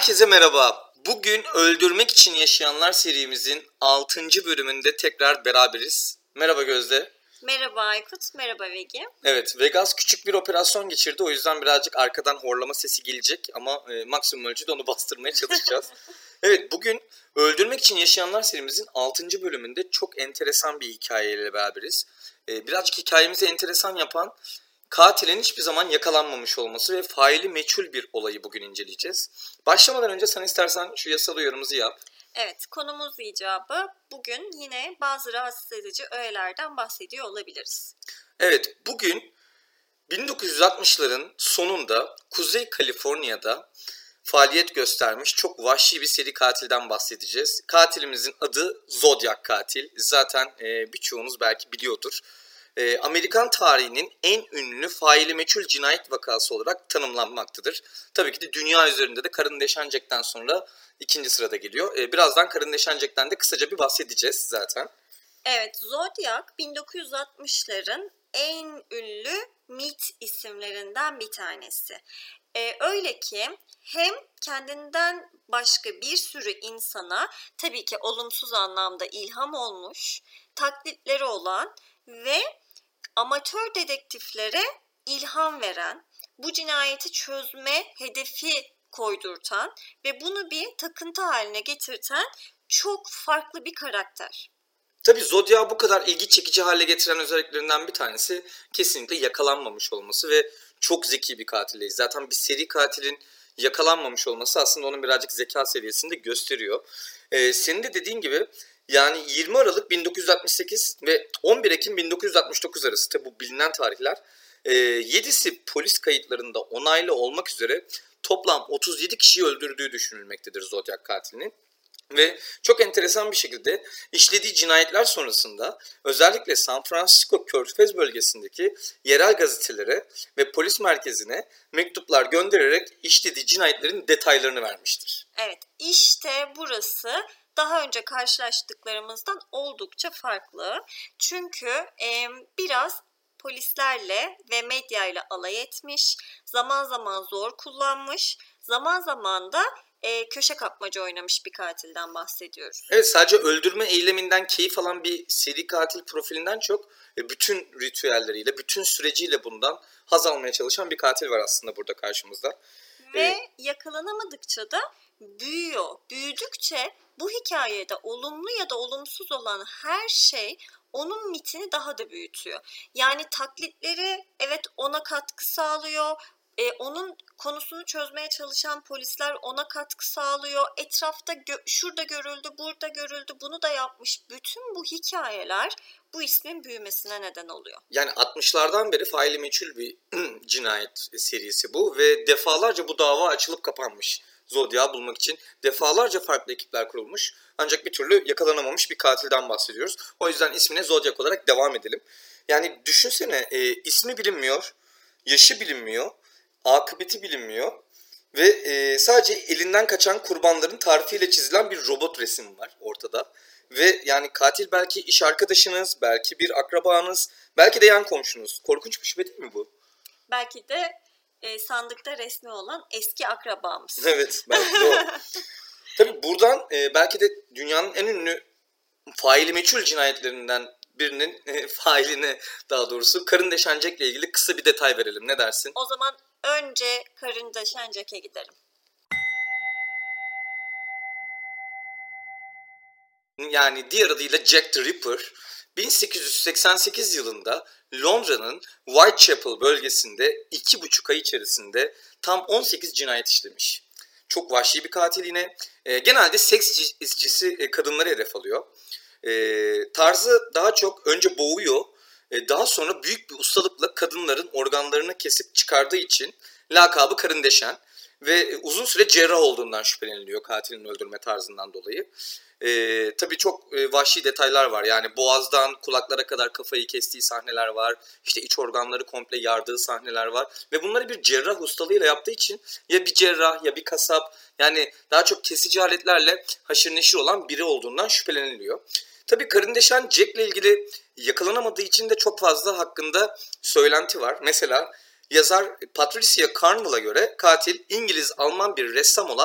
Herkese merhaba. Bugün Öldürmek için Yaşayanlar serimizin 6. bölümünde tekrar beraberiz. Merhaba Gözde. Merhaba Aykut, merhaba Vegi. Evet, Vegas küçük bir operasyon geçirdi. O yüzden birazcık arkadan horlama sesi gelecek ama maksimum ölçüde onu bastırmaya çalışacağız. Evet, bugün Öldürmek için Yaşayanlar serimizin 6. bölümünde çok enteresan bir hikayeyle beraberiz. Birazcık hikayemizi enteresan yapan katilin hiçbir zaman yakalanmamış olması ve faili meçhul bir olayı bugün inceleyeceğiz. Başlamadan önce sen istersen şu yasal uyarımızı yap. Evet, konumuz icabı bugün yine bazı rahatsız edici öğelerden bahsediyor olabiliriz. Evet, bugün 1960'ların sonunda Kuzey Kaliforniya'da faaliyet göstermiş çok vahşi bir seri katilden bahsedeceğiz. Katilimizin adı Zodiac katil. Zaten birçoğunuz belki biliyordur. Amerikan tarihinin en ünlü faili meçhul cinayet vakası olarak tanımlanmaktadır. Tabii ki de dünya üzerinde de Karın Deşen Jack'ten sonra ikinci sırada geliyor. Birazdan Karın Deşen Jack'ten de kısaca bir bahsedeceğiz zaten. Evet, Zodiac 1960'ların en ünlü mit isimlerinden bir tanesi. Öyle ki hem kendinden başka bir sürü insana tabii ki olumsuz anlamda ilham olmuş, taklitleri olan ve amatör dedektiflere ilham veren, bu cinayeti çözme hedefi koydurtan ve bunu bir takıntı haline getirten çok farklı bir karakter. Tabii Zodiac'ı bu kadar ilgi çekici hale getiren özelliklerinden bir tanesi kesinlikle yakalanmamış olması ve çok zeki bir katildeyiz. Zaten bir seri katilin yakalanmamış olması aslında onun birazcık zeka seviyesini de gösteriyor. Senin de dediğin gibi yani 20 Aralık 1968 ve 11 Ekim 1969 arası tabi bu bilinen tarihler 7'si polis kayıtlarında onaylı olmak üzere toplam 37 kişiyi öldürdüğü düşünülmektedir Zodiac katilinin. Ve çok enteresan bir şekilde işlediği cinayetler sonrasında özellikle San Francisco Körfez bölgesindeki yerel gazetelere ve polis merkezine mektuplar göndererek işlediği cinayetlerin detaylarını vermiştir. Evet, işte burası daha önce karşılaştıklarımızdan oldukça farklı. Çünkü biraz polislerle ve medyayla alay etmiş, zaman zaman zor kullanmış, zaman zaman da köşe kapmaca oynamış bir katilden bahsediyoruz. Evet, sadece öldürme eyleminden keyif alan bir seri katil profilinden çok bütün ritüelleriyle, bütün süreciyle bundan haz almaya çalışan bir katil var aslında burada karşımızda. Ve yakalanamadıkça da büyüyor. Büyüdükçe bu hikayede olumlu ya da olumsuz olan her şey onun mitini daha da büyütüyor. Yani taklitleri evet ona katkı sağlıyor. Onun konusunu çözmeye çalışan polisler ona katkı sağlıyor. Etrafta şurada görüldü, burada görüldü, bunu da yapmış. Bütün bu hikayeler bu ismin büyümesine neden oluyor. Yani 60'lardan beri faili meçhul bir cinayet serisi bu ve defalarca bu dava açılıp kapanmış. Zodiac'ı bulmak için defalarca farklı ekipler kurulmuş. Ancak bir türlü yakalanamamış bir katilden bahsediyoruz. O yüzden ismine Zodiac olarak devam edelim. Yani düşünsene ismi bilinmiyor, yaşı bilinmiyor, akıbeti bilinmiyor ve sadece elinden kaçan kurbanların tarifiyle çizilen bir robot resim var ortada. Ve yani katil belki iş arkadaşınız, belki bir akrabanız, belki de yan komşunuz. Korkunç bir şüphe değil mi bu? Belki de sandıkta resmi olan eski akrabamız. Evet, belki de o. Tabii buradan belki de dünyanın en ünlü faili meçhul cinayetlerinden birinin failine daha doğrusu Karın Deşen Jack'le ilgili kısa bir detay verelim. Ne dersin? O zaman önce Karın Deşen Jack'e gidelim. Yani diğer adıyla Jack the Ripper, 1888 yılında Londra'nın Whitechapel bölgesinde 2,5 ay içerisinde tam 18 cinayet işlemiş. Çok vahşi bir katil yine. Genelde seks işçisi kadınları hedef alıyor. Tarzı daha çok önce boğuyor, daha sonra büyük bir ustalıkla kadınların organlarını kesip çıkardığı için lakabı Karın Deşen ve uzun süre cerrah olduğundan şüpheleniliyor katilin öldürme tarzından dolayı. Tabii çok vahşi detaylar var. Yani boğazdan kulaklara kadar kafayı kestiği sahneler var. İşte iç organları komple yardığı sahneler var. Ve bunları bir cerrah ustalığıyla yaptığı için ya bir cerrah ya bir kasap, yani daha çok kesici aletlerle haşır neşir olan biri olduğundan şüpheleniliyor. Tabii Karın Deşen Jack'le ilgili yakalanamadığı için de çok fazla hakkında söylenti var. Mesela yazar Patricia Carnevale'a göre katil İngiliz-Alman bir ressam olan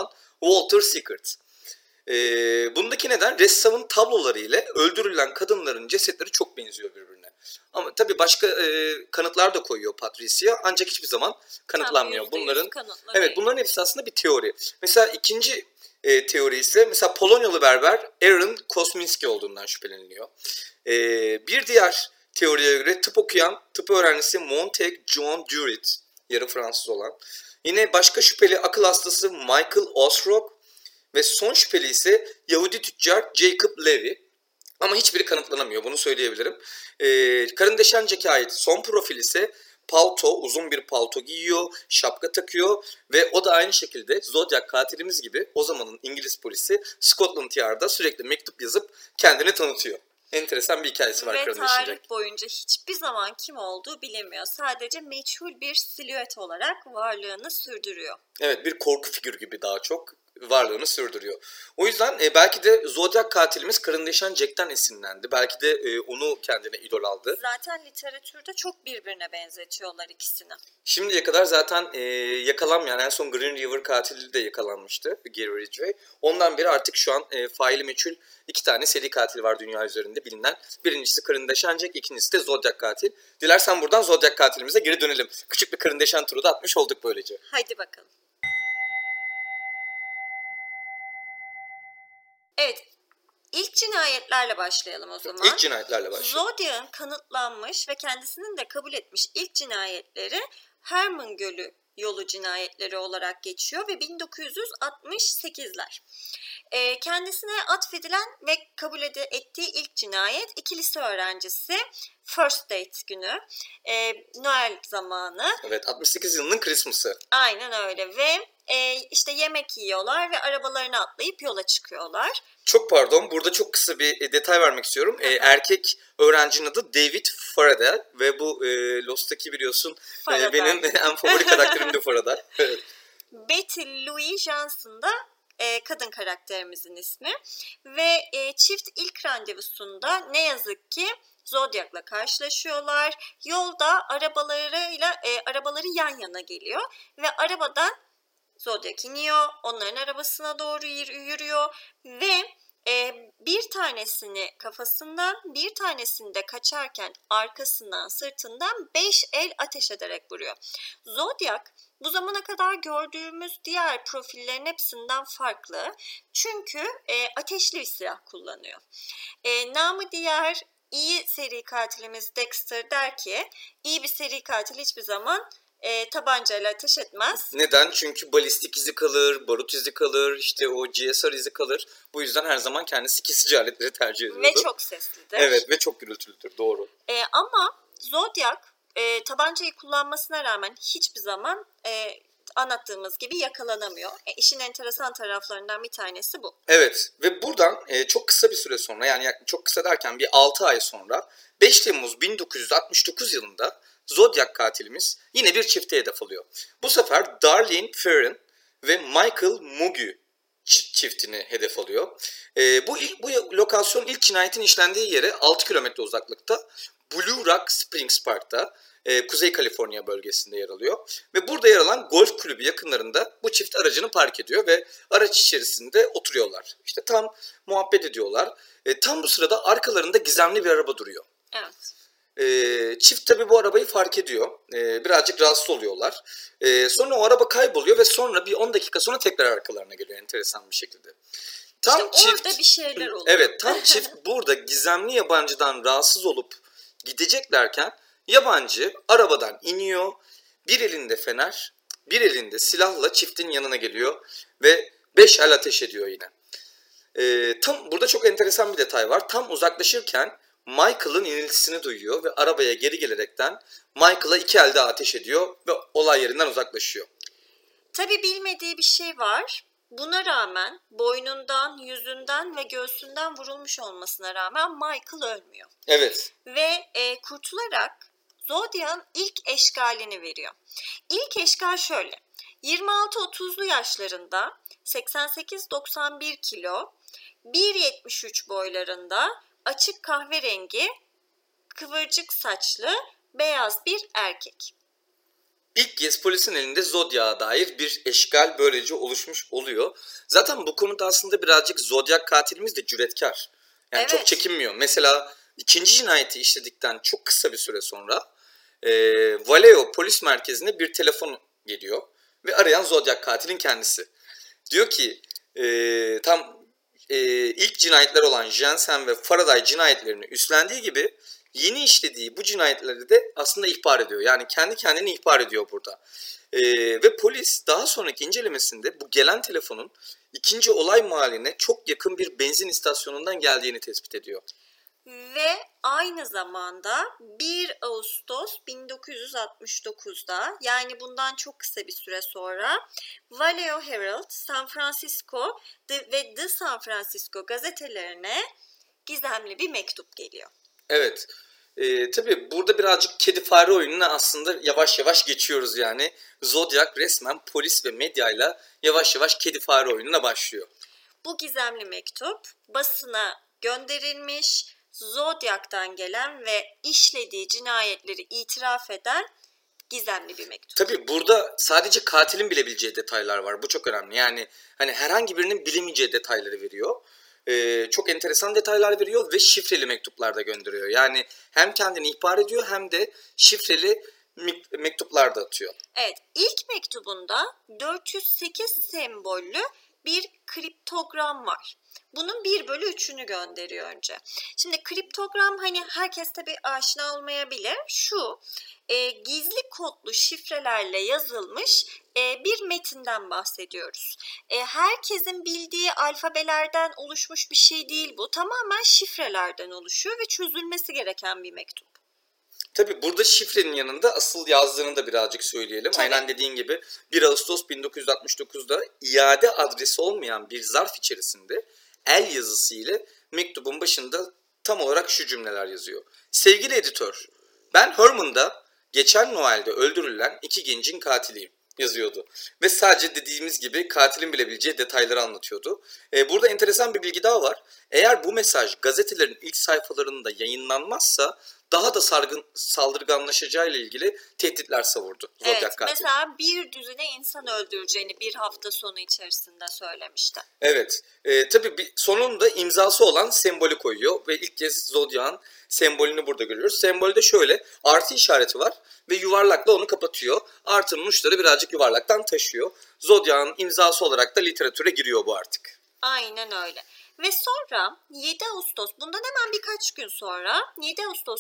Walter Sickert. Bundaki neden ressamın tabloları ile öldürülen kadınların cesetleri çok benziyor birbirine. Ama tabii başka kanıtlar da koyuyor Patricia ancak hiçbir zaman kanıtlanmıyor. Bunların hepsi aslında bir teori. Mesela ikinci teori ise mesela Polonyalı berber Aaron Kosminski olduğundan şüpheleniliyor. Bir diğer teoriye göre tıp öğrencisi Montague John Durit, yarı Fransız olan. Yine başka şüpheli akıl hastası Michael Osrock ve son şüpheli ise Yahudi tüccar Jacob Levy. Ama hiçbiri kanıtlanamıyor, bunu söyleyebilirim. Karın Deşence'ye ait son profil ise palto, uzun bir palto giyiyor, şapka takıyor ve o da aynı şekilde Zodiac katilimiz gibi o zamanın İngiliz polisi Scotland Yard'a sürekli mektup yazıp kendini tanıtıyor. Enteresan bir hikayesi var Karın Deşence'nin. Ve tarih boyunca hiçbir zaman kim olduğu bilinmiyor. Sadece meçhul bir silüet olarak varlığını sürdürüyor. Evet, bir korku figürü gibi daha çok varlığını sürdürüyor. O yüzden belki de Zodiac katilimiz Karın Deşen Jack'ten esinlendi. Belki de onu kendine idol aldı. Zaten literatürde çok birbirine benzetiyorlar ikisini. Şimdiye kadar zaten yakalanmayan en son Green River katili de yakalanmıştı Gary Ridgway. Ondan beri artık şu an faili meçhul 2 tane seri katil var dünya üzerinde bilinen. Birincisi Karın Deşen Jack, ikincisi de Zodiac katil. Dilersen buradan Zodiac katilimize geri dönelim. Küçük bir Karın Deşen turu da atmış olduk böylece. Haydi bakalım. Evet, ilk cinayetlerle başlayalım o zaman. İlk cinayetlerle başlayalım. Zodiac'ın kanıtlanmış ve kendisinin de kabul etmiş ilk cinayetleri Herman Gölü yolu cinayetleri olarak geçiyor ve 1968'ler. Kendisine atfedilen ve kabul ettiği ilk cinayet 2 lise öğrencisi First Date günü, Noel zamanı. Evet, 68 yılının Christmas'ı. Aynen öyle ve işte yemek yiyorlar ve arabalarına atlayıp yola çıkıyorlar. Çok pardon, burada çok kısa bir detay vermek istiyorum. Erkek öğrencinin adı David Faraday ve bu Lost'taki biliyorsun benim en favori karakterim de Faraday. Evet. Betty Louise Johnson da kadın karakterimizin ismi ve çift ilk randevusunda ne yazık ki Zodiac'la karşılaşıyorlar. Yolda arabaları yan yana geliyor ve arabadan Zodiac iniyor, onların arabasına doğru yürüyor ve bir tanesini kafasından, bir tanesini de kaçarken arkasından, sırtından 5 el ateş ederek vuruyor. Zodiac bu zamana kadar gördüğümüz diğer profillerin hepsinden farklı. Çünkü ateşli bir silah kullanıyor. Namı diğer iyi seri katilimiz Dexter der ki, iyi bir seri katil hiçbir zaman tabancayla ateş etmez. Neden? Çünkü balistik izi kalır, barut izi kalır, işte o GSR izi kalır. Bu yüzden her zaman kendisi kesici aletleri tercih ediyordu. Ve çok seslidir. Evet ve çok gürültülüdür, doğru. Ama Zodiac tabancayı kullanmasına rağmen hiçbir zaman anlattığımız gibi yakalanamıyor. İşin enteresan taraflarından bir tanesi bu. Evet ve buradan çok kısa bir süre sonra, yani çok kısa derken bir 6 ay sonra 5 Temmuz 1969 yılında Zodiac katilimiz yine bir çifte hedef alıyor. Bu sefer Darlene Ferrin ve Michael Mugu çiftini hedef alıyor. Bu lokasyon ilk cinayetin işlendiği yere 6 kilometre uzaklıkta Blue Rock Springs Park'ta Kuzey Kaliforniya bölgesinde yer alıyor. Ve burada yer alan golf kulübü yakınlarında bu çift aracını park ediyor ve araç içerisinde oturuyorlar. İşte tam muhabbet ediyorlar. Tam bu sırada arkalarında gizemli bir araba duruyor. Evet. Çift tabii bu arabayı fark ediyor. Birazcık rahatsız oluyorlar. Sonra o araba kayboluyor ve sonra bir 10 dakika sonra tekrar arkalarına geliyor enteresan bir şekilde. İşte orada bir şeyler oluyor. Evet, tam çift burada gizemli yabancıdan rahatsız olup gideceklerken yabancı arabadan iniyor. Bir elinde fener, bir elinde silahla çiftin yanına geliyor ve 5 el ateş ediyor yine. Tam burada çok enteresan bir detay var. Tam uzaklaşırken Michael'ın iniltisini duyuyor ve arabaya geri gelerekten Michael'a 2 el daha ateş ediyor ve olay yerinden uzaklaşıyor. Tabii bilmediği bir şey var. Buna rağmen boynundan, yüzünden ve göğsünden vurulmuş olmasına rağmen Michael ölmüyor. Evet. Ve kurtularak Zodiac'ın ilk eşkalini veriyor. İlk eşkal şöyle. 26-30'lu yaşlarında 88-91 kilo, 1.73 boylarında, açık kahverengi, kıvırcık saçlı, beyaz bir erkek. İlk kez polisin elinde Zodiac'a dair bir eşkal böylece oluşmuş oluyor. Zaten bu konuda aslında birazcık Zodiac katilimiz de cüretkar. Yani çok Evet. çekinmiyor. Mesela ikinci cinayeti işledikten çok kısa bir süre sonra Vallejo polis merkezine bir telefon geliyor. Ve arayan Zodiac katilin kendisi. Diyor ki tam ilk cinayetler olan Jensen ve Faraday cinayetlerini üstlendiği gibi yeni işlediği bu cinayetleri de aslında ihbar ediyor. Yani kendi kendini ihbar ediyor burada. Ve polis daha sonraki incelemesinde bu gelen telefonun ikinci olay mahalline çok yakın bir benzin istasyonundan geldiğini tespit ediyor. Ve aynı zamanda 1 Ağustos 1969'da, yani bundan çok kısa bir süre sonra, Vallejo Herald, San Francisco ve The San Francisco gazetelerine gizemli bir mektup geliyor. Evet. Tabii burada birazcık kedi fare oyununa aslında yavaş yavaş geçiyoruz yani. Zodiac resmen polis ve medyayla yavaş yavaş kedi fare oyununa başlıyor. Bu gizemli mektup basına gönderilmiş, Zodiac'tan gelen ve işlediği cinayetleri itiraf eden gizemli bir mektup. Tabii burada sadece katilin bilebileceği detaylar var. Bu çok önemli. Yani hani herhangi birinin bilemeyeceği detayları veriyor. Çok enteresan detaylar veriyor ve şifreli mektuplar da gönderiyor. Yani hem kendini ihbar ediyor hem de şifreli mektuplar da atıyor. Evet, ilk mektubunda 408 sembollü bir kriptogram var. Bunun 1/3'ünü gönderiyor önce. Şimdi kriptogram, hani herkes tabii aşina olmayabilir. Şu gizli kodlu şifrelerle yazılmış bir metinden bahsediyoruz. Herkesin bildiği alfabelerden oluşmuş bir şey değil bu. Tamamen şifrelerden oluşuyor ve çözülmesi gereken bir mektup. Tabii burada şifrenin yanında asıl yazdığını da birazcık söyleyelim. Tabii. Aynen dediğin gibi 1 Ağustos 1969'da iade adresi olmayan bir zarf içerisinde el yazısı ile mektubun başında tam olarak şu cümleler yazıyor. Sevgili editör, ben Herman'da geçen Noel'de öldürülen 2 gencin katiliyim yazıyordu. Ve sadece dediğimiz gibi katilin bilebileceği detayları anlatıyordu. Burada enteresan bir bilgi daha var. Eğer bu mesaj gazetelerin ilk sayfalarında yayınlanmazsa daha da saldırganlaşacağı ile ilgili tehditler savurdu Zodiac Evet, katil. mesela bir düzine insan öldüreceğini bir hafta sonu içerisinde söylemişti. Evet. Tabii sonunda imzası olan sembolü koyuyor ve ilk kez Zodiac'ın sembolünü burada görüyoruz. Sembolde şöyle artı işareti var ve yuvarlakla onu kapatıyor. Artının uçları birazcık yuvarlaktan taşıyor. Zodiac'ın imzası olarak da literatüre giriyor bu artık. Aynen öyle. Ve sonra 7 Ağustos, bundan hemen birkaç gün sonra 7 Ağustos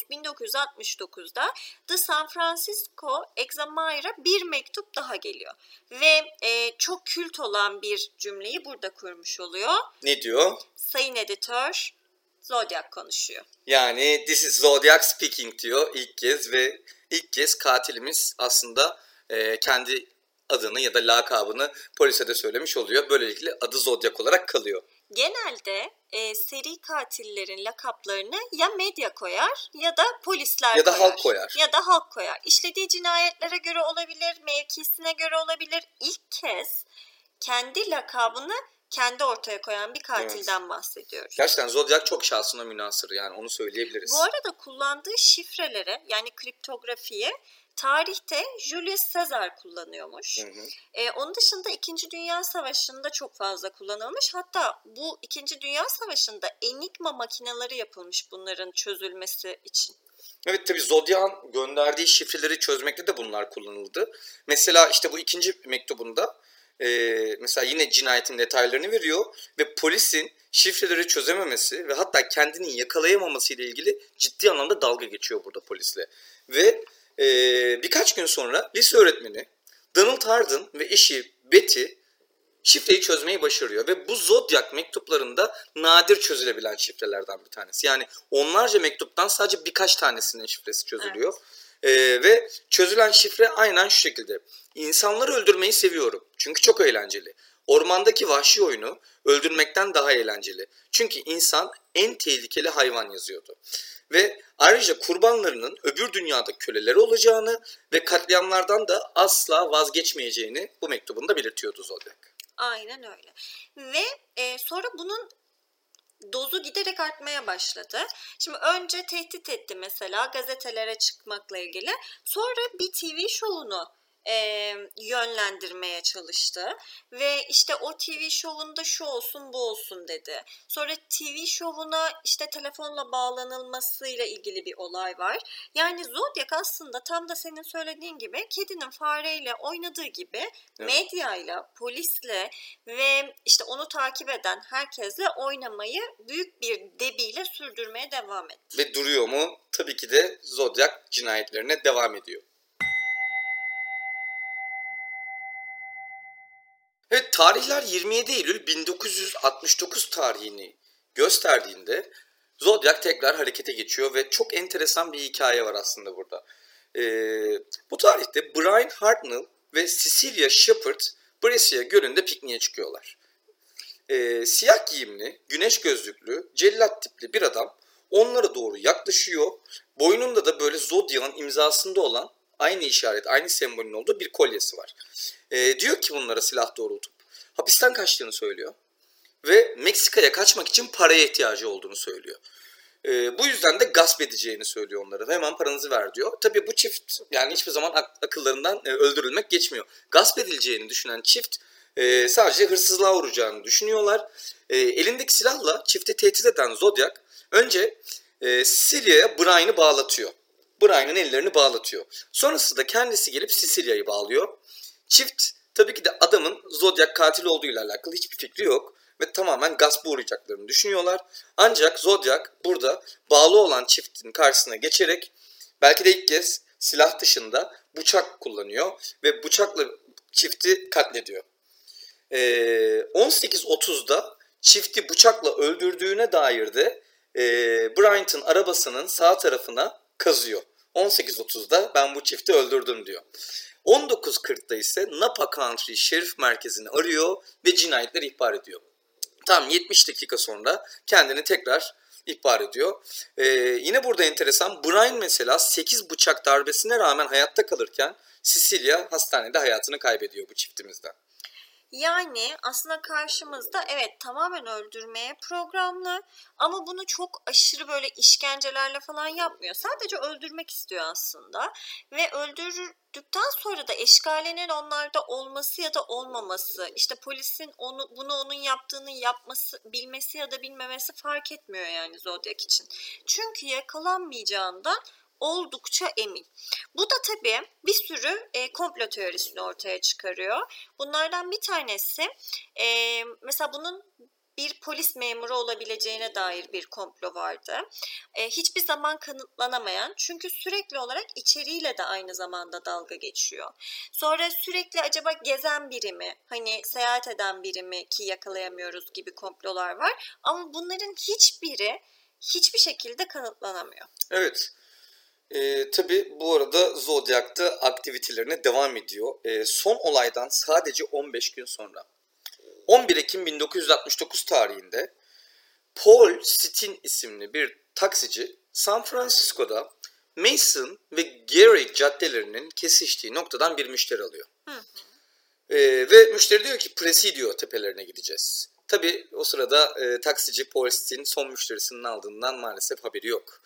1969'da The San Francisco Examiner'a bir mektup daha geliyor. Ve çok kült olan bir cümleyi burada kurmuş oluyor. Ne diyor? Sayın editör, Zodiac konuşuyor. Yani this is Zodiac speaking diyor ilk kez ve ilk kez katilimiz aslında kendi adını ya da lakabını polise de söylemiş oluyor. Böylelikle adı Zodiac olarak kalıyor. Genelde seri katillerin lakaplarını ya medya koyar ya da polisler Ya da koyar. halk koyar. Ya da halk koyar. İşlediği cinayetlere göre olabilir, mevkisine göre olabilir. İlk kez kendi lakabını kendi ortaya koyan bir katilden bahsediyoruz. Gerçekten Zodiac çok şahsına münhasır yani onu söyleyebiliriz. Bu arada kullandığı şifrelere, yani kriptografiyi tarihte Julius Caesar kullanıyormuş. Onun dışında 2. Dünya Savaşı'nda çok fazla kullanılmış. Hatta bu 2. Dünya Savaşı'nda Enigma makineleri yapılmış bunların çözülmesi için. Evet tabii Zodiac'ın gönderdiği şifreleri çözmekte de bunlar kullanıldı. Mesela işte bu ikinci mektubunda mesela yine cinayetin detaylarını veriyor ve polisin şifreleri çözememesi ve hatta kendini yakalayamaması ile ilgili ciddi anlamda dalga geçiyor burada polisle. Ve birkaç gün sonra lise öğretmeni Donald Hardin ve eşi Betty şifreyi çözmeyi başarıyor ve bu Zodiac mektuplarında nadir çözülebilen şifrelerden bir tanesi. Yani onlarca mektuptan sadece birkaç tanesinin şifresi çözülüyor. Ve çözülen şifre aynen şu şekilde. İnsanları öldürmeyi seviyorum çünkü çok eğlenceli. Ormandaki vahşi oyunu öldürmekten daha eğlenceli. Çünkü insan en tehlikeli hayvan yazıyordu. Ve ayrıca kurbanlarının öbür dünyada köleleri olacağını ve katliamlardan da asla vazgeçmeyeceğini bu mektubunda belirtiyordu Zodiac. Aynen öyle. Ve sonra bunun dozu giderek artmaya başladı. Şimdi önce tehdit etti mesela gazetelere çıkmakla ilgili. Sonra bir TV şovunu yönlendirmeye çalıştı. Ve işte o TV şovunda şu olsun bu olsun dedi. Sonra TV şovuna işte telefonla bağlanılmasıyla ilgili bir olay var. Yani Zodiac aslında tam da senin söylediğin gibi kedinin fareyle oynadığı gibi Evet. medyayla, polisle ve işte onu takip eden herkesle oynamayı büyük bir debiyle sürdürmeye devam etti. Ve duruyor mu? Tabii ki de Zodiac cinayetlerine devam ediyor. Evet, tarihler 27 Eylül 1969 tarihini gösterdiğinde Zodiac tekrar harekete geçiyor ve çok enteresan bir hikaye var aslında burada. Bu tarihte Brian Hartnell ve Cecilia Shepard Brescia Gölü'nde pikniğe çıkıyorlar. Siyah giyimli, güneş gözlüklü, cellat tipli bir adam onlara doğru yaklaşıyor. Boynunda da böyle Zodiac'ın imzasında olan aynı işaret, aynı sembolün olduğu bir kolyesi var. Diyor ki bunlara silah doğrultup hapisten kaçtığını söylüyor. Ve Meksika'ya kaçmak için paraya ihtiyacı olduğunu söylüyor. Bu yüzden de gasp edeceğini söylüyor onlara. Hemen paranızı ver diyor. Tabii bu çift yani hiçbir zaman akıllarından öldürülmek geçmiyor. Gasp edileceğini düşünen çift sadece hırsızlığa uğrayacağını düşünüyorlar. Elindeki silahla çifti tehdit eden Zodiac önce Sicilia'ya Brian'ı bağlatıyor. Brian'ın ellerini bağlatıyor. Sonrasında kendisi gelip Sicilia'yı bağlıyor. Çift tabii ki de adamın Zodiac katil olduğuyla alakalı hiçbir fikri yok. Ve tamamen gaspa uğrayacaklarını düşünüyorlar. Ancak Zodiac burada bağlı olan çiftin karşısına geçerek belki de ilk kez silah dışında bıçak kullanıyor. Ve bıçakla çifti katlediyor. 18.30'da çifti bıçakla öldürdüğüne dair de Bryant'ın arabasının sağ tarafına kazıyor. 18.30'da ben bu çifti öldürdüm diyor. 19.40'da ise Napa Country Şerif Merkezi'ni arıyor ve cinayetler ihbar ediyor. Tam 70 dakika sonra kendini tekrar ihbar ediyor. Yine burada enteresan, Brian mesela 8 bıçak darbesine rağmen hayatta kalırken Cecilia hastanede hayatını kaybediyor bu çiftimizden. Yani aslında karşımızda evet tamamen öldürmeye programlı ama bunu çok aşırı böyle işkencelerle falan yapmıyor. Sadece öldürmek istiyor aslında ve öldürdükten sonra da eşkalenin onlarda olması ya da olmaması, işte polisin bunu onun yaptığını yapması, bilmesi ya da bilmemesi fark etmiyor yani Zodiac için. Çünkü yakalanmayacağından oldukça emin. Bu da tabii bir sürü komplo teorisini ortaya çıkarıyor. Bunlardan bir tanesi mesela bunun bir polis memuru olabileceğine dair bir komplo vardı. Hiçbir zaman kanıtlanamayan, çünkü sürekli olarak içeriğiyle de aynı zamanda dalga geçiyor. Sonra sürekli acaba gezen biri mi, hani seyahat eden biri mi ki yakalayamıyoruz gibi komplolar var. Ama bunların hiçbiri hiçbir şekilde kanıtlanamıyor. Evet. Tabii bu arada Zodiac'ta aktivitelerine devam ediyor. Son olaydan sadece 15 gün sonra 11 Ekim 1969 tarihinde Paul Steen isimli bir taksici San Francisco'da Mason ve Garrick caddelerinin kesiştiği noktadan bir müşteri alıyor. Ve müşteri diyor ki Presidio tepelerine gideceğiz. Tabii o sırada taksici Paul Steen son müşterisinin aldığından maalesef haberi yok.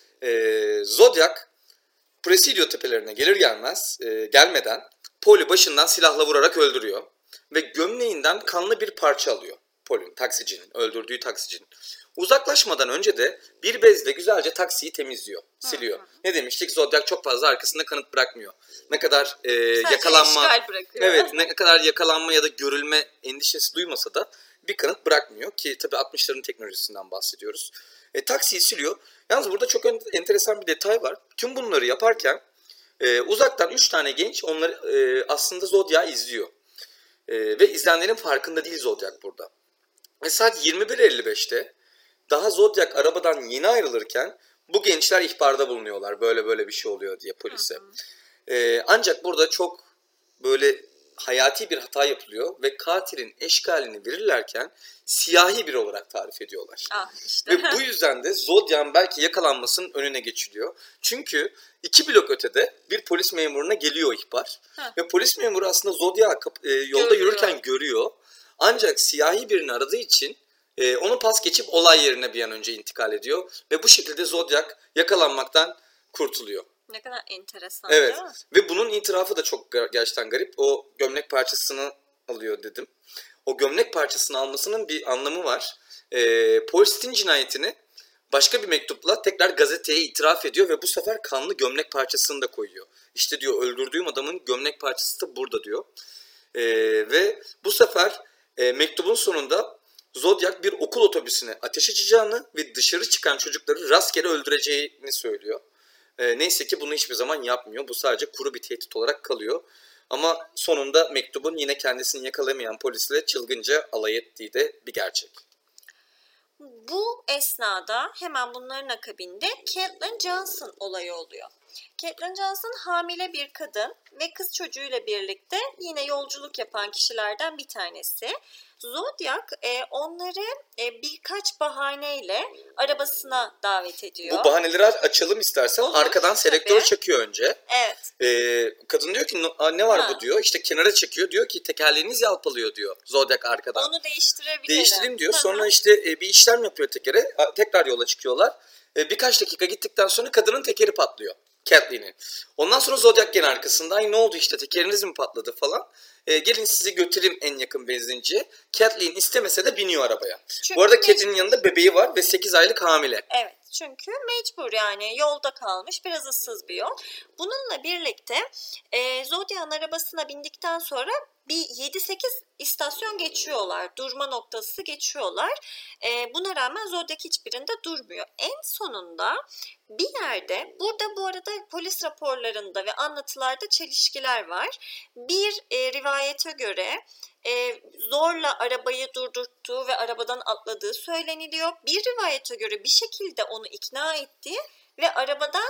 Zodiac Presidio tepelerine gelir gelmez gelmeden Paul'ü başından silahla vurarak öldürüyor. Ve gömleğinden kanlı bir parça alıyor Paul'ün, taksicinin, öldürdüğü taksicinin. Uzaklaşmadan önce de bir bezle güzelce taksiyi temizliyor, siliyor. Ne demiştik? Zodiac çok fazla arkasında kanıt bırakmıyor. Ne kadar yakalanma, evet, ne kadar yakalanma ya da görülme endişesi duymasa da bir kanıt bırakmıyor ki tabii 60'ların teknolojisinden bahsediyoruz. Taksiyi siliyor. Yalnız burada çok enteresan bir detay var. Tüm bunları yaparken uzaktan 3 tane genç onları aslında Zodiac'ı izliyor. Ve izlenenlerin farkında değil Zodiac burada. Ve saat 21.55'te daha Zodiac arabadan yeni ayrılırken bu gençler ihbarda bulunuyorlar. Böyle böyle bir şey oluyor diye polise. Ancak burada çok böyle hayati bir hata yapılıyor ve katilin eşkalini verirlerken siyahi biri olarak tarif ediyorlar. İşte. Ve bu yüzden de Zodiac'ın belki yakalanmasının önüne geçiliyor. Çünkü 2 blok ötede bir polis memuruna geliyor ihbar. Ve polis memuru aslında Zodiac'ı yolda yürürken görüyor. Ancak siyahi birini aradığı için onu pas geçip olay yerine bir an önce intikal ediyor. Ve bu şekilde Zodiac yakalanmaktan kurtuluyor. Ne kadar enteresan Evet değil mi? ve bunun itirafı da çok gerçekten garip. O gömlek parçasını alıyor dedim. O gömlek parçasını almasının bir anlamı var. Paul Stine cinayetini başka bir mektupla tekrar gazeteye itiraf ediyor ve bu sefer kanlı gömlek parçasını da koyuyor. İşte diyor öldürdüğüm adamın gömlek parçası da burada diyor. Ve bu sefer mektubun sonunda Zodiac bir okul otobüsüne ateş açacağını ve dışarı çıkan çocukları rastgele öldüreceğini söylüyor. Neyse ki bunu hiçbir zaman yapmıyor. Bu sadece kuru bir tehdit olarak kalıyor. Ama sonunda mektubun yine kendisini yakalayamayan polisle çılgınca alay ettiği de bir gerçek. Bu esnada hemen bunların akabinde Caitlin Johnson olayı oluyor. Caitlin Johnson hamile bir kadın ve kız çocuğuyla birlikte yine yolculuk yapan kişilerden bir tanesi. Zodiac onları birkaç bahaneyle arabasına davet ediyor. Bu bahaneleri açalım istersen. Olur, arkadan selektör tabii. çekiyor önce. Evet. Kadın diyor ki ne var bu diyor. İşte kenara çekiyor. Diyor ki tekerleğiniz yalpalıyor diyor. Zodiac arkadan. Onu değiştirebilirim. Değiştireyim diyor. Hı hı. Sonra işte bir işlem yapıyor tekere. Tekrar yola çıkıyorlar. Birkaç dakika gittikten sonra kadının tekeri patlıyor. Catherine'in. Ondan sonra Zodiac gene arkasında. Ay ne oldu işte tekeriniz mi patladı falan. Gelin sizi götüreyim en yakın benzinciye. Kathleen istemese de biniyor arabaya. Çünkü Bu arada Catherine'in yanında bebeği var ve 8 aylık hamile. Evet, çünkü mecbur yani yolda kalmış, biraz ıssız bir yol. Bununla birlikte Zodiac'ın arabasına bindikten sonra bir 7-8 istasyon geçiyorlar. Durma noktası geçiyorlar. Buna rağmen Zodiac hiçbirinde durmuyor. En sonunda bir yerde, burada bu arada polis raporlarında ve anlatılarda çelişkiler var. Bir rivayete göre zorla arabayı durdurttuğu ve arabadan atladığı söyleniliyor. Bir rivayete göre bir şekilde onu ikna ettiği ve arabadan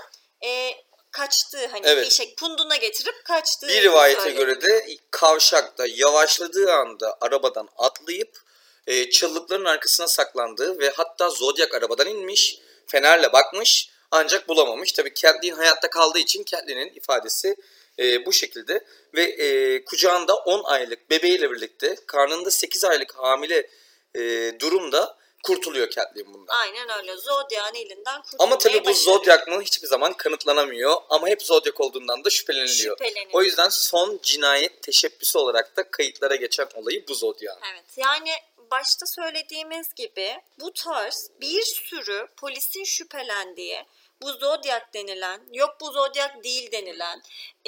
kaçtığı, hani Evet. bir şey punduna getirip kaçtığı Bir rivayete söyleniyor. göre de kavşakta yavaşladığı anda arabadan atlayıp çalılıkların arkasına saklandığı ve hatta Zodiac arabadan inmiş, fenerle bakmış ancak bulamamış. Tabii Kathleen hayatta kaldığı için Kathleen'in ifadesi bu şekilde ve kucağında 10 aylık bebeğiyle birlikte karnında 8 aylık hamile durumda kurtuluyor Kathleen bundan. Aynen öyle. Zodiac'ın elinden kurtulmayı Ama tabii bu başarıyor. Zodiac mı hiçbir zaman kanıtlanamıyor ama hep Zodiac olduğundan da şüpheleniliyor. O yüzden son cinayet teşebbüsü olarak da kayıtlara geçen olayı bu Zodiac'ın. Evet, yani başta söylediğimiz gibi bu tarz bir sürü polisin şüphelendiği, bu Zodiac denilen, yok bu Zodiac değil denilen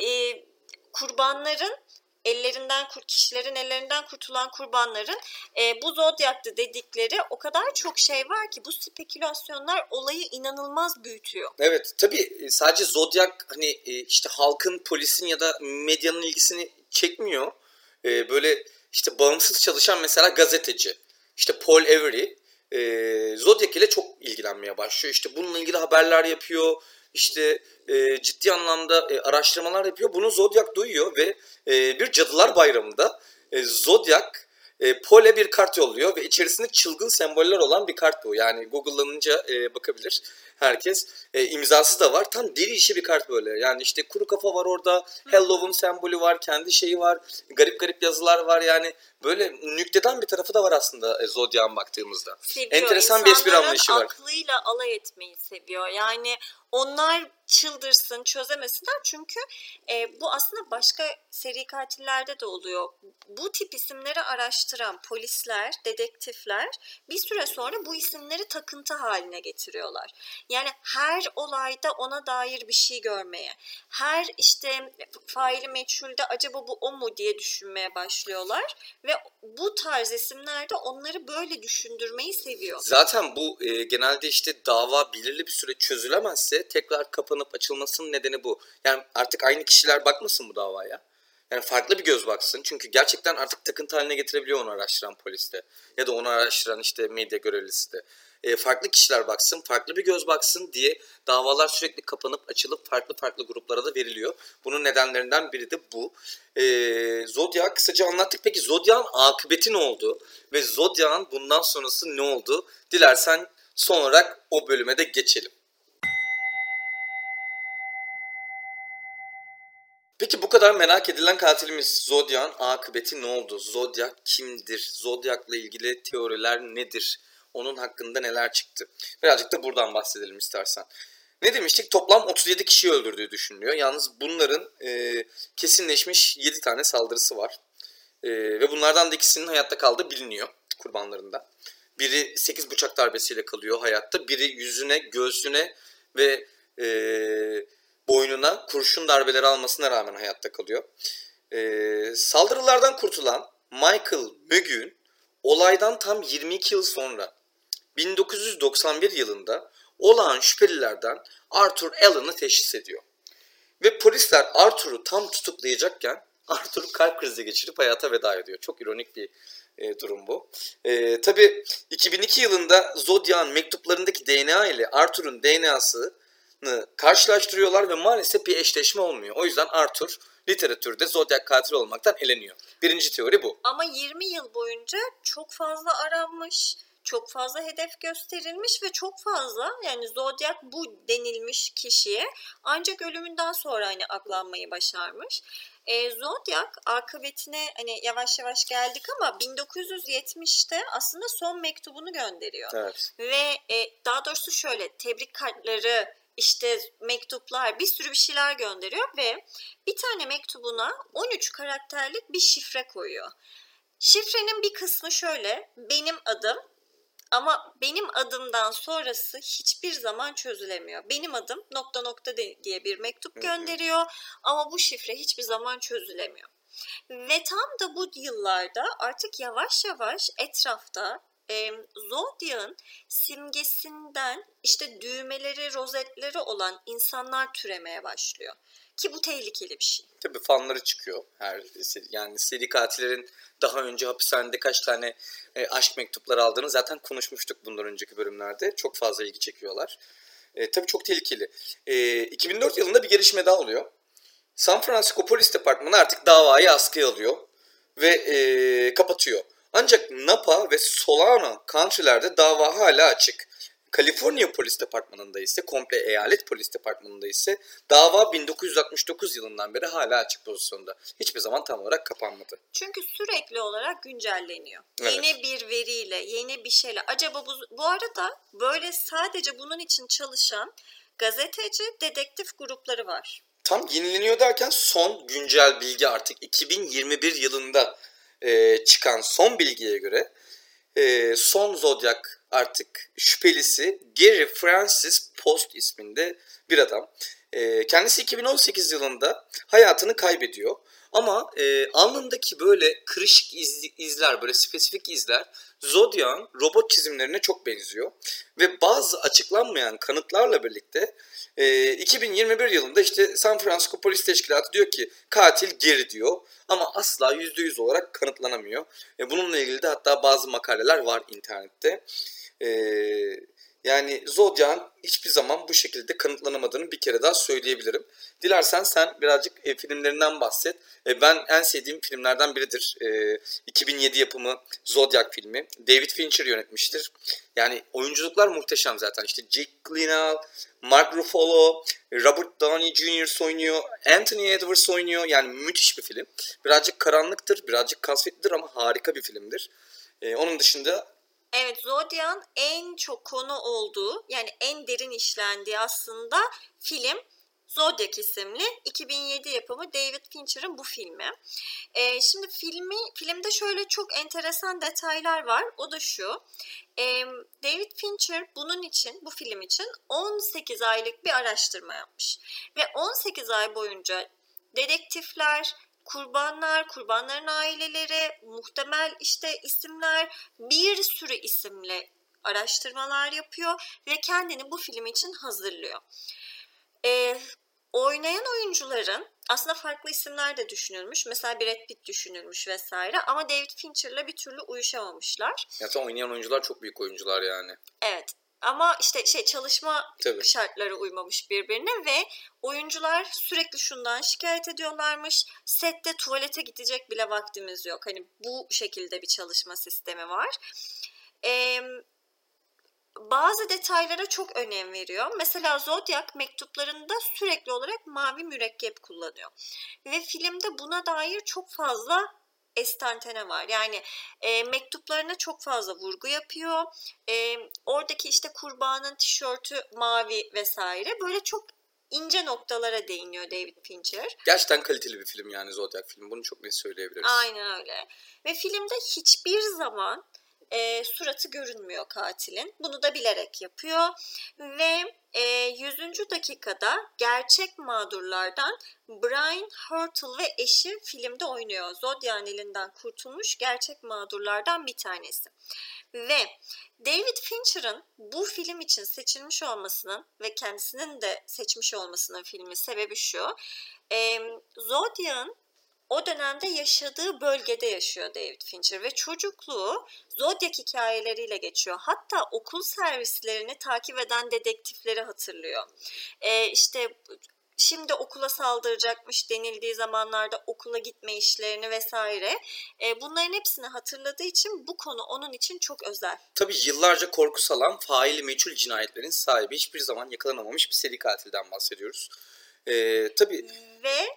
kurbanların kişilerin ellerinden kurtulan kurbanların bu Zodiac'tı dedikleri o kadar çok şey var ki bu spekülasyonlar olayı inanılmaz büyütüyor. Evet tabii sadece Zodiac hani işte halkın, polisin ya da medyanın ilgisini çekmiyor. Böyle işte bağımsız çalışan mesela gazeteci işte Paul Avery Zodiac ile çok ilgilenmeye başlıyor. İşte bununla ilgili haberler yapıyor. İşte ciddi anlamda araştırmalar yapıyor. Bunu Zodiac duyuyor ve bir Cadılar Bayramı'nda Zodiac Paul'e bir kart yolluyor ve içerisinde çılgın semboller olan bir kart bu. Yani Google'lanınca bakabilir herkes. İmzası da var. Tam deli işi bir kart böyle. Yani işte kuru kafa var orada. Halloween sembolü var. Kendi şeyi var. Garip garip yazılar var. Yani böyle nükteden bir tarafı da var aslında Zodiac'ın baktığımızda. Seviyor. Enteresan bir espri İnsanların anlayışı var. aklıyla alay etmeyi seviyor. Yani onlar çıldırsın, çözemesinler çünkü bu aslında başka seri katillerde de oluyor. Bu tip isimleri araştıran polisler, dedektifler bir süre sonra bu isimleri takıntı haline getiriyorlar. Yani her olayda ona dair bir şey görmeye, her işte faili meçhulde acaba bu o mu diye düşünmeye başlıyorlar ve bu tarz isimler de onları böyle düşündürmeyi seviyor. Zaten bu genelde işte dava belirli bir süre çözülemezse tekrar kapanıp açılmasının nedeni bu. Yani artık aynı kişiler bakmasın bu davaya. Yani farklı bir göz baksın. Çünkü gerçekten artık takıntı haline getirebiliyor onu araştıran poliste. Ya da onu araştıran işte medya görevlisi de. Farklı kişiler baksın, farklı bir göz baksın diye davalar sürekli kapanıp açılıp farklı farklı gruplara da veriliyor. Bunun nedenlerinden biri de bu. Zodiac'ı kısaca anlattık. Peki Zodiac'ın akıbeti ne oldu? Ve Zodiac'ın bundan sonrası ne oldu? Dilersen son olarak o bölüme de geçelim. Peki bu kadar merak edilen katilimiz Zodiac'ın akıbeti ne oldu? Zodiac kimdir? Zodiac'la ilgili teoriler nedir? Onun hakkında neler çıktı? Birazcık da buradan bahsedelim istersen. Ne demiştik? Toplam 37 kişiyi öldürdüğü düşünülüyor. Yalnız bunların kesinleşmiş 7 tane saldırısı var. Ve bunlardan da ikisinin hayatta kaldığı biliniyor kurbanlarından. Biri 8 bıçak darbesiyle kalıyor hayatta. Biri yüzüne, göğsüne ve boynuna kurşun darbeleri almasına rağmen hayatta kalıyor. Saldırılardan kurtulan Michael Mögün olaydan tam 22 yıl sonra 1991 yılında olağan şüphelilerden Arthur Allen'ı teşhis ediyor. Ve polisler Arthur'u tam tutuklayacakken Arthur kalp krizi geçirip hayata veda ediyor. Çok ironik bir durum bu. Tabii 2002 yılında Zodiac'ın mektuplarındaki DNA ile Arthur'un DNA'sını karşılaştırıyorlar ve maalesef bir eşleşme olmuyor. O yüzden Arthur literatürde Zodiac katili olmaktan eleniyor. Birinci teori bu. Ama 20 yıl boyunca çok fazla aranmış, çok fazla hedef gösterilmiş ve çok fazla, yani Zodiac bu denilmiş kişiye ancak ölümünden sonra hani aklanmayı başarmış. Zodiac akıbetine hani yavaş yavaş geldik ama 1970'te aslında son mektubunu gönderiyor. Evet. Ve daha doğrusu şöyle, tebrik kartları, işte mektuplar, bir sürü bir şeyler gönderiyor ve bir tane mektubuna 13 karakterlik bir şifre koyuyor. Şifrenin bir kısmı şöyle: benim adım, ama benim adımdan sonrası hiçbir zaman çözülemiyor. Benim adım ... diye bir mektup gönderiyor ama bu şifre hiçbir zaman çözülemiyor. Ve tam da bu yıllarda artık yavaş yavaş etrafta Zodiac'ın simgesinden işte düğmeleri, rozetleri olan insanlar türemeye başlıyor. Ki bu tehlikeli bir şey. Tabii fanları çıkıyor. Yani seri katillerin daha önce hapishanede kaç tane aşk mektupları aldığını zaten konuşmuştuk bundan önceki bölümlerde. Çok fazla ilgi çekiyorlar. Tabii çok tehlikeli. 2004 yılında bir gelişme daha oluyor. San Francisco Polis Departmanı artık davayı askıya alıyor ve kapatıyor. Ancak Napa ve Solano County'lerde dava hala açık. Kaliforniya Polis Departmanı'nda ise, komple eyalet polis departmanında ise dava 1969 yılından beri hala açık pozisyonda. Hiçbir zaman tam olarak kapanmadı. Çünkü sürekli olarak güncelleniyor. Evet. Yeni bir veriyle, yeni bir şeyle. Acaba bu arada böyle sadece bunun için çalışan gazeteci, dedektif grupları var. Tam yenileniyor derken son güncel bilgi artık 2021 yılında çıkan son bilgiye göre son Zodiac artık şüphelisi Gary Francis Post isminde bir adam. Kendisi 2018 yılında hayatını kaybediyor. Ama alnındaki böyle kırışık izler, böyle spesifik izler Zodiac'ın robot çizimlerine çok benziyor. Ve bazı açıklanmayan kanıtlarla birlikte 2021 yılında işte San Francisco Polis Teşkilatı diyor ki katil Gary diyor. Ama asla %100 olarak kanıtlanamıyor. Bununla ilgili de hatta bazı makaleler var internette. Yani Zodiac'ın hiçbir zaman bu şekilde kanıtlanamadığını bir kere daha söyleyebilirim. Dilersen sen birazcık filmlerinden bahset. Ben en sevdiğim filmlerden biridir. 2007 yapımı Zodiac filmi. David Fincher yönetmiştir. Yani oyunculuklar muhteşem zaten. İşte Jake Gyllenhaal, Mark Ruffalo, Robert Downey Jr. oynuyor, Anthony Edwards oynuyor. Yani müthiş bir film. Birazcık karanlıktır, birazcık kasvetlidir ama harika bir filmdir. Onun dışında evet, Zodiac'ın en çok konu olduğu, yani en derin işlendiği aslında film Zodiac isimli 2007 yapımı David Fincher'ın bu filmi. Şimdi filmde şöyle çok enteresan detaylar var. O da şu: David Fincher bu film için 18 aylık bir araştırma yapmış. Ve 18 ay boyunca dedektifler, kurbanların aileleri, muhtemel işte isimler, bir sürü isimle araştırmalar yapıyor ve kendini bu film için hazırlıyor. Oynayan oyuncuların aslında farklı isimler de düşünülmüş. Mesela Brad Pitt düşünülmüş vesaire ama David Fincher'la bir türlü uyuşamamışlar. zaten oynayan oyuncular çok büyük oyuncular yani. Evet. Ama işte çalışma Tabii. şartları uymamış birbirine ve oyuncular sürekli şundan şikayet ediyorlarmış: sette tuvalete gidecek bile vaktimiz yok. Hani bu şekilde bir çalışma sistemi var. Bazı detaylara çok önem veriyor. Mesela Zodiac mektuplarında sürekli olarak mavi mürekkep kullanıyor. Ve filmde buna dair çok fazla estantane var. Yani mektuplarına çok fazla vurgu yapıyor. Oradaki işte kurbanın tişörtü mavi vesaire. Böyle çok ince noktalara değiniyor David Fincher. Gerçekten kaliteli bir film yani Zodiac filmi. Bunu çok net söyleyebiliriz. Aynen öyle. Ve filmde hiçbir zaman suratı görünmüyor katilin. Bunu da bilerek yapıyor. Ve 100. dakikada gerçek mağdurlardan Brian Hurtle ve eşi filmde oynuyor. Zodiac'ın elinden kurtulmuş gerçek mağdurlardan bir tanesi. Ve David Fincher'ın bu film için seçilmiş olmasının ve kendisinin de seçmiş olmasının filmi sebebi şu. Zodiac'ın o dönemde yaşadığı bölgede yaşıyor David Fincher ve çocukluğu Zodiac hikayeleriyle geçiyor. Hatta okul servislerini takip eden dedektifleri hatırlıyor. İşte şimdi okula saldıracakmış denildiği zamanlarda okula gitme işlerini vesaire. Bunların hepsini hatırladığı için bu konu onun için çok özel. Tabii yıllarca korku salan faili meçhul cinayetlerin sahibi, hiçbir zaman yakalanamamış bir seri katilden bahsediyoruz. Tabii. Ve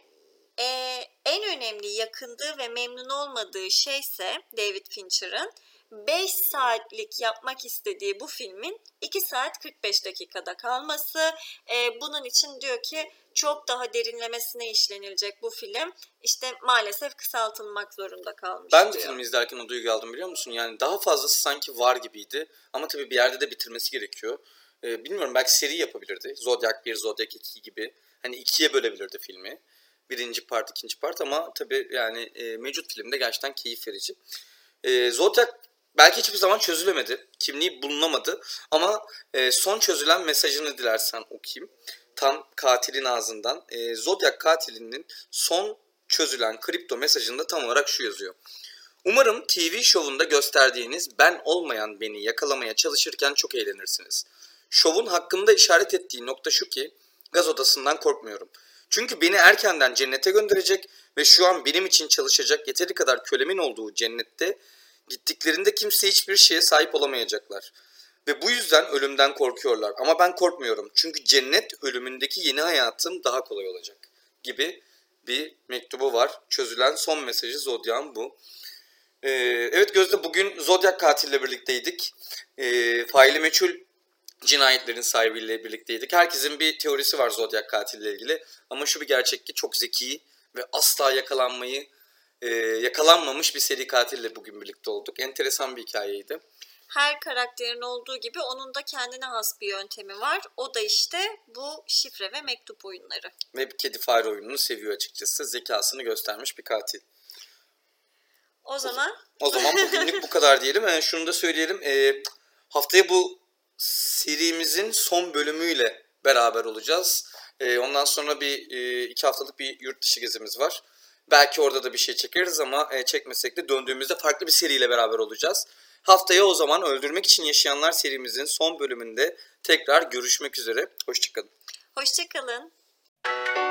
en önemli yakındığı ve memnun olmadığı şeyse David Fincher'ın 5 saatlik yapmak istediği bu filmin 2 saat 45 dakikada kalması. Bunun için diyor ki çok daha derinlemesine işlenilecek bu film işte maalesef kısaltılmak zorunda kalmış Ben de diyor. filmi izlerken o duyguyu aldım, biliyor musun? Yani daha fazlası sanki var gibiydi. Ama tabii bir yerde de bitirmesi gerekiyor. Bilmiyorum, belki seri yapabilirdi. Zodiac 1, Zodiac 2 gibi. Hani ikiye bölebilirdi filmi. Birinci part, ikinci part, ama tabii yani mevcut filmde gerçekten keyif verici. Zodiac belki hiçbir zaman çözülemedi. Kimliği bulunamadı. Ama son çözülen mesajını dilersen okuyayım. Tam katilin ağzından. Zodiac katilinin son çözülen kripto mesajında tam olarak şu yazıyor. Umarım TV şovunda gösterdiğiniz ben olmayan beni yakalamaya çalışırken çok eğlenirsiniz. Şovun hakkında işaret ettiği nokta şu ki gaz odasından korkmuyorum. Çünkü beni erkenden cennete gönderecek ve şu an benim için çalışacak yeteri kadar kölemin olduğu cennette gittiklerinde kimse hiçbir şeye sahip olamayacaklar. Ve bu yüzden ölümden korkuyorlar. Ama ben korkmuyorum. Çünkü cennet ölümündeki yeni hayatım daha kolay olacak gibi bir mektubu var. Çözülen son mesajı Zodiac'ın bu. Evet Gözde, bugün Zodiac katille birlikteydik. Faili meçhul cinayetlerin sahibiyle birlikteydik. Herkesin bir teorisi var Zodiac katille ilgili. Ama şu bir gerçek ki çok zeki ve asla yakalanmamış bir seri katille bugün birlikte olduk. Enteresan bir hikayeydi. Her karakterin olduğu gibi onun da kendine has bir yöntemi var. O da işte bu şifre ve mektup oyunları. Ve bir kedi fare oyununu seviyor açıkçası. Zekasını göstermiş bir katil. O zaman bugünlük bu kadar diyelim. Şunu da söyleyelim. Haftaya bu serimizin son bölümüyle beraber olacağız. Ondan sonra bir 2 haftalık bir yurt dışı gezimiz var. Belki orada da bir şey çekeriz ama çekmesek de döndüğümüzde farklı bir seriyle beraber olacağız. Haftaya o zaman Öldürmek için Yaşayanlar serimizin son bölümünde tekrar görüşmek üzere. Hoşçakalın. hoşça kalın.